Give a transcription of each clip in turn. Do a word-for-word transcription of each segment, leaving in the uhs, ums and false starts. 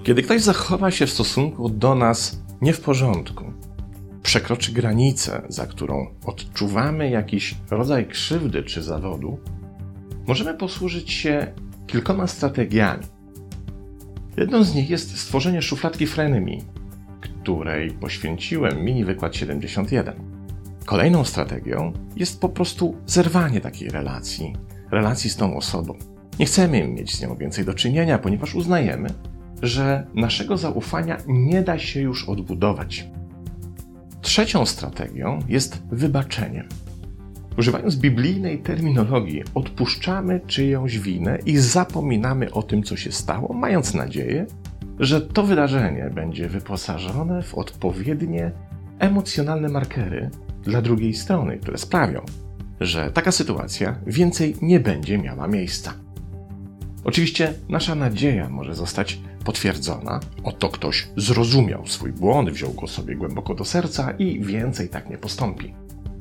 Kiedy ktoś zachowa się w stosunku do nas nie w porządku, przekroczy granicę, za którą odczuwamy jakiś rodzaj krzywdy czy zawodu, możemy posłużyć się kilkoma strategiami. Jedną z nich jest stworzenie szufladki frenemy, której poświęciłem mini wykład siedemdziesiąt jeden. Kolejną strategią jest po prostu zerwanie takiej relacji, relacji z tą osobą. Nie chcemy mieć z nią więcej do czynienia, ponieważ uznajemy, że naszego zaufania nie da się już odbudować. Trzecią strategią jest wybaczenie. Używając biblijnej terminologii, odpuszczamy czyjąś winę i zapominamy o tym, co się stało, mając nadzieję, że to wydarzenie będzie wyposażone w odpowiednie emocjonalne markery dla drugiej strony, które sprawią, że taka sytuacja więcej nie będzie miała miejsca. Oczywiście nasza nadzieja może zostać potwierdzona, oto ktoś zrozumiał swój błąd, wziął go sobie głęboko do serca i więcej tak nie postąpi.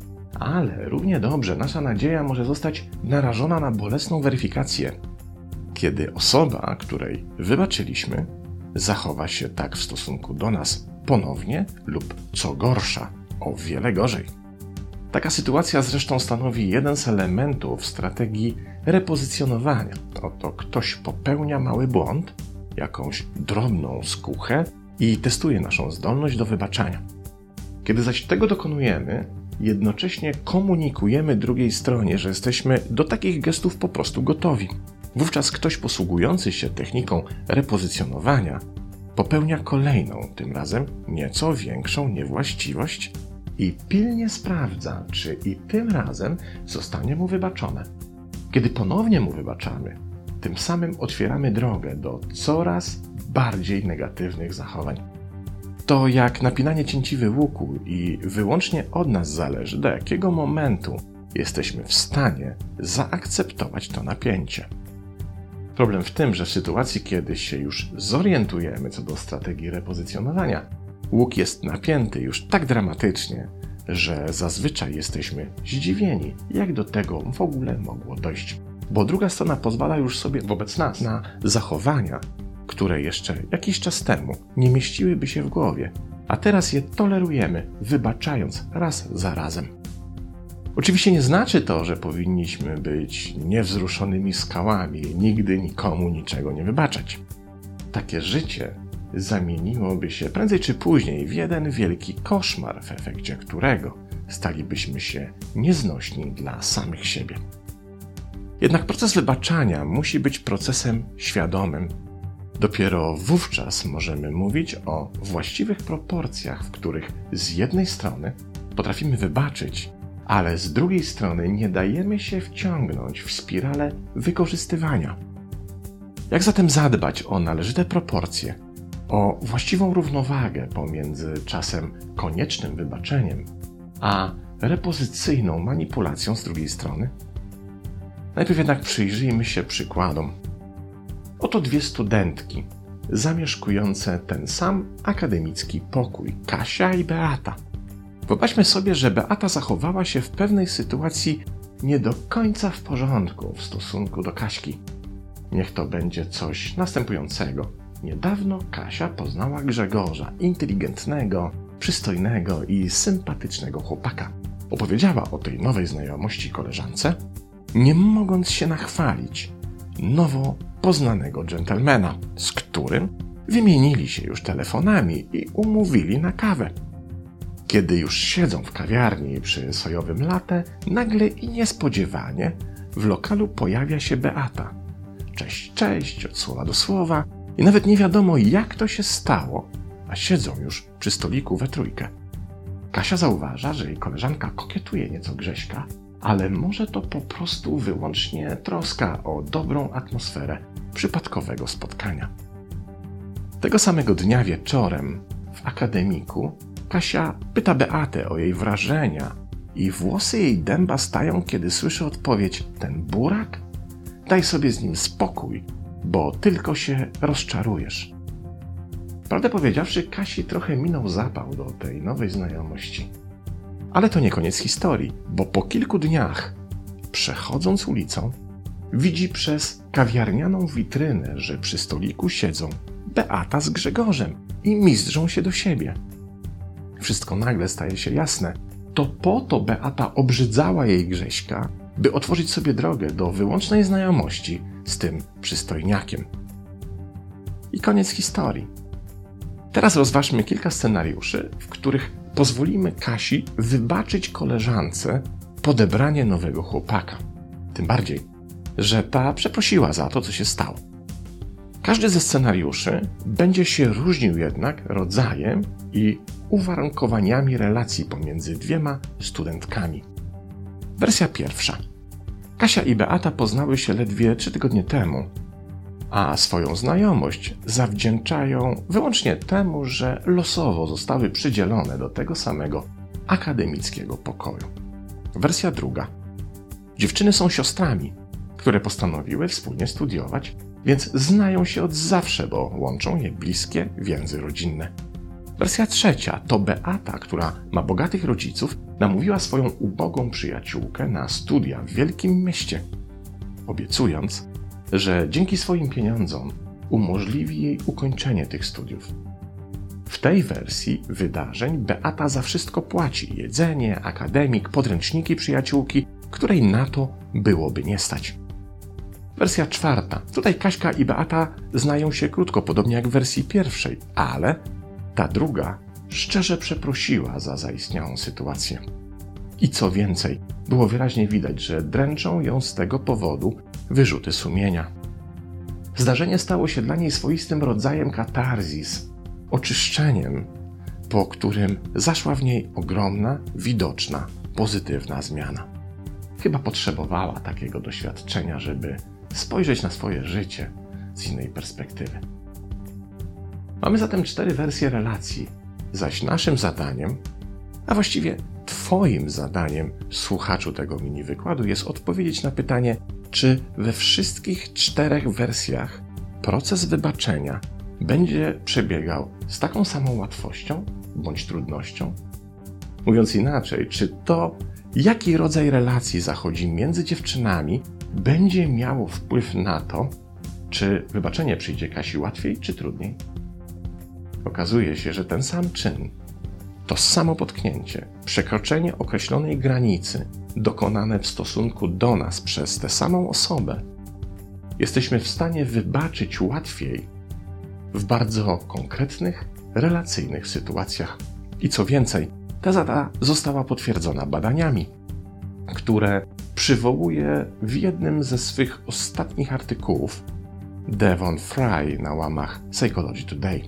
Ale równie dobrze nasza nadzieja może zostać narażona na bolesną weryfikację, kiedy osoba, której wybaczyliśmy, zachowa się tak w stosunku do nas ponownie lub, co gorsza, o wiele gorzej. Taka sytuacja zresztą stanowi jeden z elementów strategii repozycjonowania. Oto ktoś popełnia mały błąd, jakąś drobną skłuchę i testuje naszą zdolność do wybaczania. Kiedy zaś tego dokonujemy, jednocześnie komunikujemy drugiej stronie, że jesteśmy do takich gestów po prostu gotowi. Wówczas ktoś posługujący się techniką repozycjonowania popełnia kolejną, tym razem nieco większą niewłaściwość i pilnie sprawdza, czy i tym razem zostanie mu wybaczone. Kiedy ponownie mu wybaczamy, tym samym otwieramy drogę do coraz bardziej negatywnych zachowań. To jak napinanie cięciwy łuku i wyłącznie od nas zależy, do jakiego momentu jesteśmy w stanie zaakceptować to napięcie. Problem w tym, że w sytuacji, kiedy się już zorientujemy co do strategii repozycjonowania, łuk jest napięty już tak dramatycznie, że zazwyczaj jesteśmy zdziwieni, jak do tego w ogóle mogło dojść. Bo druga strona pozwala już sobie wobec nas na zachowania, które jeszcze jakiś czas temu nie mieściłyby się w głowie, a teraz je tolerujemy, wybaczając raz za razem. Oczywiście nie znaczy to, że powinniśmy być niewzruszonymi skałami i nigdy nikomu niczego nie wybaczać. Takie życie zamieniłoby się prędzej czy później w jeden wielki koszmar, w efekcie którego stalibyśmy się nieznośni dla samych siebie. Jednak proces wybaczania musi być procesem świadomym. Dopiero wówczas możemy mówić o właściwych proporcjach, w których z jednej strony potrafimy wybaczyć, ale z drugiej strony nie dajemy się wciągnąć w spiralę wykorzystywania. Jak zatem zadbać o należyte proporcje, o właściwą równowagę pomiędzy czasem koniecznym wybaczeniem, a repozycyjną manipulacją z drugiej strony? Najpierw jednak przyjrzyjmy się przykładom. Oto dwie studentki zamieszkujące ten sam akademicki pokój, Kasia i Beata. Wyobraźmy sobie, że Beata zachowała się w pewnej sytuacji nie do końca w porządku w stosunku do Kaśki. Niech to będzie coś następującego. Niedawno Kasia poznała Grzegorza, inteligentnego, przystojnego i sympatycznego chłopaka. Opowiedziała o tej nowej znajomości koleżance, nie mogąc się nachwalić nowo poznanego dżentelmena, z którym wymienili się już telefonami i umówili na kawę. Kiedy już siedzą w kawiarni przy sojowym latte, nagle i niespodziewanie w lokalu pojawia się Beata. Cześć, cześć, od słowa do słowa i nawet nie wiadomo, jak to się stało, a siedzą już przy stoliku we trójkę. Kasia zauważa, że jej koleżanka kokietuje nieco Grześka, ale może to po prostu wyłącznie troska o dobrą atmosferę przypadkowego spotkania. Tego samego dnia wieczorem w akademiku Kasia pyta Beatę o jej wrażenia i włosy jej dęba stają, kiedy słyszy odpowiedź: ten burak? Daj sobie z nim spokój, bo tylko się rozczarujesz. Prawdę powiedziawszy, Kasi trochę minął zapał do tej nowej znajomości. Ale to nie koniec historii, bo po kilku dniach, przechodząc ulicą, widzi przez kawiarnianą witrynę, że przy stoliku siedzą Beata z Grzegorzem i mizdrzą się do siebie. Wszystko nagle staje się jasne. To po to Beata obrzydzała jej Grześka, by otworzyć sobie drogę do wyłącznej znajomości z tym przystojniakiem. I koniec historii. Teraz rozważmy kilka scenariuszy, w których pozwolimy Kasi wybaczyć koleżance podebranie nowego chłopaka. Tym bardziej, że ta przeprosiła za to, co się stało. Każdy ze scenariuszy będzie się różnił jednak rodzajem i uwarunkowaniami relacji pomiędzy dwiema studentkami. Wersja pierwsza. Kasia i Beata poznały się ledwie trzy tygodnie temu, a swoją znajomość zawdzięczają wyłącznie temu, że losowo zostały przydzielone do tego samego akademickiego pokoju. Wersja druga. Dziewczyny są siostrami, które postanowiły wspólnie studiować, więc znają się od zawsze, bo łączą je bliskie więzy rodzinne. Wersja trzecia to Beata, która ma bogatych rodziców, namówiła swoją ubogą przyjaciółkę na studia w wielkim mieście, obiecując, że dzięki swoim pieniądzom umożliwi jej ukończenie tych studiów. W tej wersji wydarzeń Beata za wszystko płaci: jedzenie, akademik, podręczniki przyjaciółki, której na to byłoby nie stać. Wersja czwarta. Tutaj Kaśka i Beata znają się krótko, podobnie jak w wersji pierwszej, ale ta druga szczerze przeprosiła za zaistniałą sytuację. I co więcej, było wyraźnie widać, że dręczą ją z tego powodu wyrzuty sumienia. Zdarzenie stało się dla niej swoistym rodzajem katarzis, oczyszczeniem, po którym zaszła w niej ogromna, widoczna, pozytywna zmiana. Chyba potrzebowała takiego doświadczenia, żeby spojrzeć na swoje życie z innej perspektywy. Mamy zatem cztery wersje relacji, zaś naszym zadaniem, a właściwie Twoim zadaniem, słuchaczu tego mini wykładu, jest odpowiedzieć na pytanie, czy we wszystkich czterech wersjach proces wybaczenia będzie przebiegał z taką samą łatwością bądź trudnością? Mówiąc inaczej, czy to, jaki rodzaj relacji zachodzi między dziewczynami, będzie miało wpływ na to, czy wybaczenie przyjdzie Kasi łatwiej czy trudniej? Okazuje się, że ten sam czyn, to samo potknięcie, przekroczenie określonej granicy dokonane w stosunku do nas przez tę samą osobę, jesteśmy w stanie wybaczyć łatwiej w bardzo konkretnych, relacyjnych sytuacjach. I co więcej, teza ta została potwierdzona badaniami, które przywołuje w jednym ze swych ostatnich artykułów Devon Fry na łamach Psychology Today.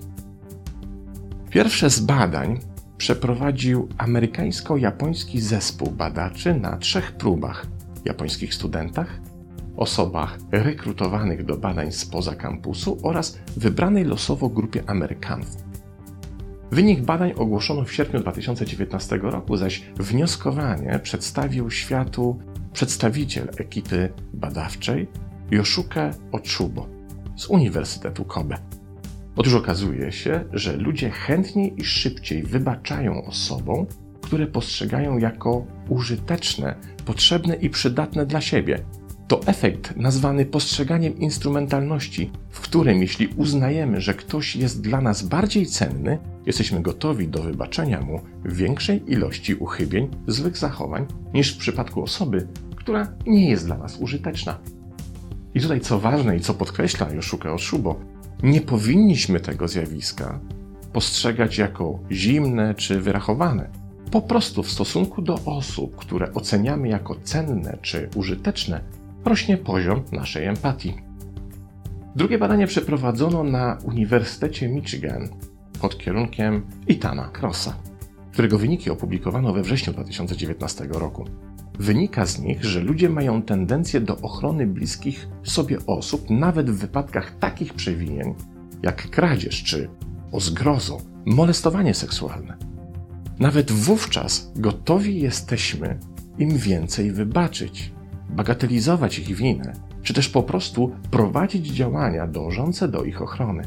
Pierwsze z badań przeprowadził amerykańsko-japoński zespół badaczy na trzech próbach: japońskich studentach, osobach rekrutowanych do badań spoza kampusu oraz wybranej losowo grupie Amerykanów. Wynik badań ogłoszono w sierpniu dwa tysiące dziewiętnastego roku, zaś wnioskowanie przedstawił światu przedstawiciel ekipy badawczej Yosuke Otsubo z Uniwersytetu Kobe. Otóż okazuje się, że ludzie chętniej i szybciej wybaczają osobom, które postrzegają jako użyteczne, potrzebne i przydatne dla siebie. To efekt nazwany postrzeganiem instrumentalności, w którym jeśli uznajemy, że ktoś jest dla nas bardziej cenny, jesteśmy gotowi do wybaczenia mu większej ilości uchybień, złych zachowań, niż w przypadku osoby, która nie jest dla nas użyteczna. I tutaj co ważne i co podkreśla Yosuke Otsubo, nie powinniśmy tego zjawiska postrzegać jako zimne czy wyrachowane. Po prostu w stosunku do osób, które oceniamy jako cenne czy użyteczne, rośnie poziom naszej empatii. Drugie badanie przeprowadzono na Uniwersytecie Michigan pod kierunkiem Ethana Crossa, którego wyniki opublikowano we wrześniu dwa tysiące dziewiętnastego roku. Wynika z nich, że ludzie mają tendencję do ochrony bliskich sobie osób nawet w wypadkach takich przewinień jak kradzież czy, o zgrozo, molestowanie seksualne. Nawet wówczas gotowi jesteśmy im więcej wybaczyć, bagatelizować ich winę, czy też po prostu prowadzić działania dążące do ich ochrony.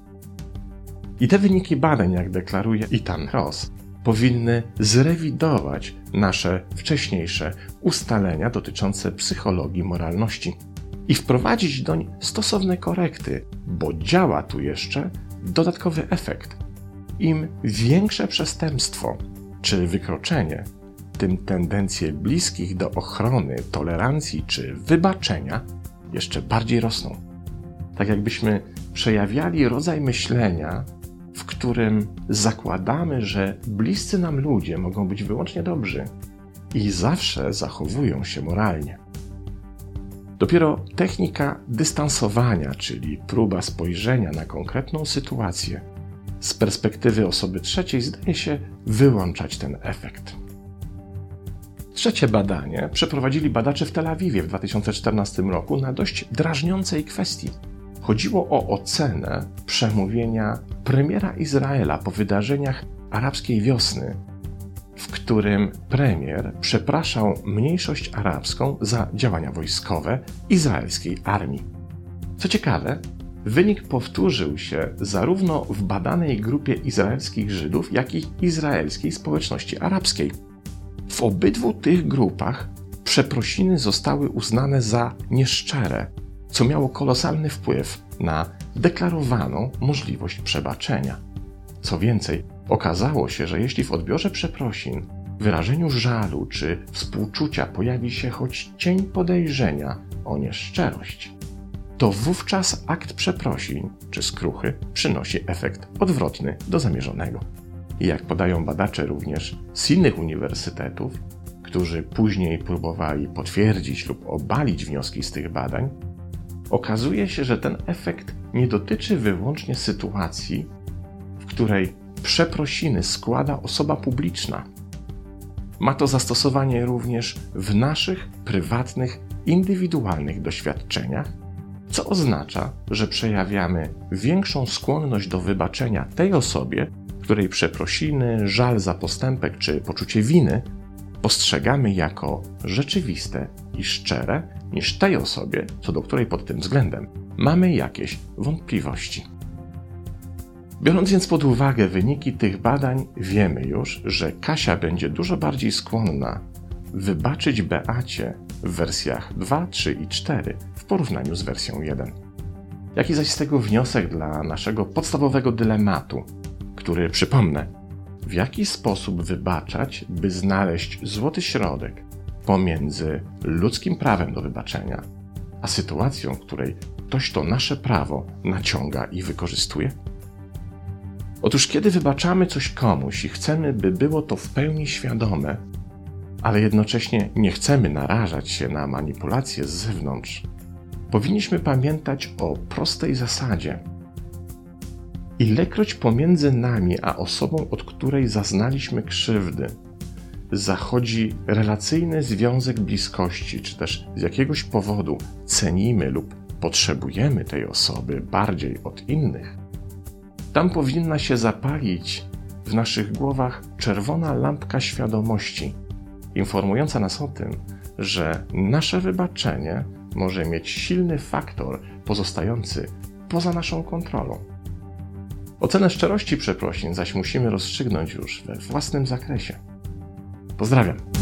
I te wyniki badań, jak deklaruje Ethan Cross, powinny zrewidować nasze wcześniejsze ustalenia dotyczące psychologii moralności i wprowadzić doń stosowne korekty, bo działa tu jeszcze dodatkowy efekt. Im większe przestępstwo czy wykroczenie, tym tendencje bliskich do ochrony, tolerancji czy wybaczenia jeszcze bardziej rosną. Tak jakbyśmy przejawiali rodzaj myślenia, w którym zakładamy, że bliscy nam ludzie mogą być wyłącznie dobrzy i zawsze zachowują się moralnie. Dopiero technika dystansowania, czyli próba spojrzenia na konkretną sytuację z perspektywy osoby trzeciej, zdaje się wyłączać ten efekt. Trzecie badanie przeprowadzili badacze w Tel Awiwie w dwa tysiące czternastym roku na dość drażniącej kwestii. Chodziło o ocenę przemówienia premiera Izraela po wydarzeniach arabskiej wiosny, w którym premier przepraszał mniejszość arabską za działania wojskowe izraelskiej armii. Co ciekawe, wynik powtórzył się zarówno w badanej grupie izraelskich Żydów, jak i izraelskiej społeczności arabskiej. W obydwu tych grupach przeprosiny zostały uznane za nieszczere, co miało kolosalny wpływ na deklarowaną możliwość przebaczenia. Co więcej, okazało się, że jeśli w odbiorze przeprosin, wyrażeniu żalu czy współczucia pojawi się choć cień podejrzenia o nieszczerość, to wówczas akt przeprosin czy skruchy przynosi efekt odwrotny do zamierzonego. I jak podają badacze również z innych uniwersytetów, którzy później próbowali potwierdzić lub obalić wnioski z tych badań, okazuje się, że ten efekt nie dotyczy wyłącznie sytuacji, w której przeprosiny składa osoba publiczna. Ma to zastosowanie również w naszych prywatnych, indywidualnych doświadczeniach, co oznacza, że przejawiamy większą skłonność do wybaczenia tej osobie, której przeprosiny, żal za postępek czy poczucie winy postrzegamy jako rzeczywiste i szczere, niż tej osobie, co do której pod tym względem mamy jakieś wątpliwości. Biorąc więc pod uwagę wyniki tych badań, wiemy już, że Kasia będzie dużo bardziej skłonna wybaczyć Beacie w wersjach dwa, trzy i cztery w porównaniu z wersją jeden. Jaki zaś z tego wniosek dla naszego podstawowego dylematu, który, przypomnę, w jaki sposób wybaczać, by znaleźć złoty środek pomiędzy ludzkim prawem do wybaczenia, a sytuacją, w której ktoś to nasze prawo naciąga i wykorzystuje? Otóż kiedy wybaczamy coś komuś i chcemy, by było to w pełni świadome, ale jednocześnie nie chcemy narażać się na manipulacje z zewnątrz, powinniśmy pamiętać o prostej zasadzie. Ilekroć pomiędzy nami a osobą, od której zaznaliśmy krzywdy, zachodzi relacyjny związek bliskości, czy też z jakiegoś powodu cenimy lub potrzebujemy tej osoby bardziej od innych, tam powinna się zapalić w naszych głowach czerwona lampka świadomości, informująca nas o tym, że nasze wybaczenie może mieć silny faktor pozostający poza naszą kontrolą. Ocenę szczerości przeprosin zaś musimy rozstrzygnąć już we własnym zakresie. Pozdrawiam.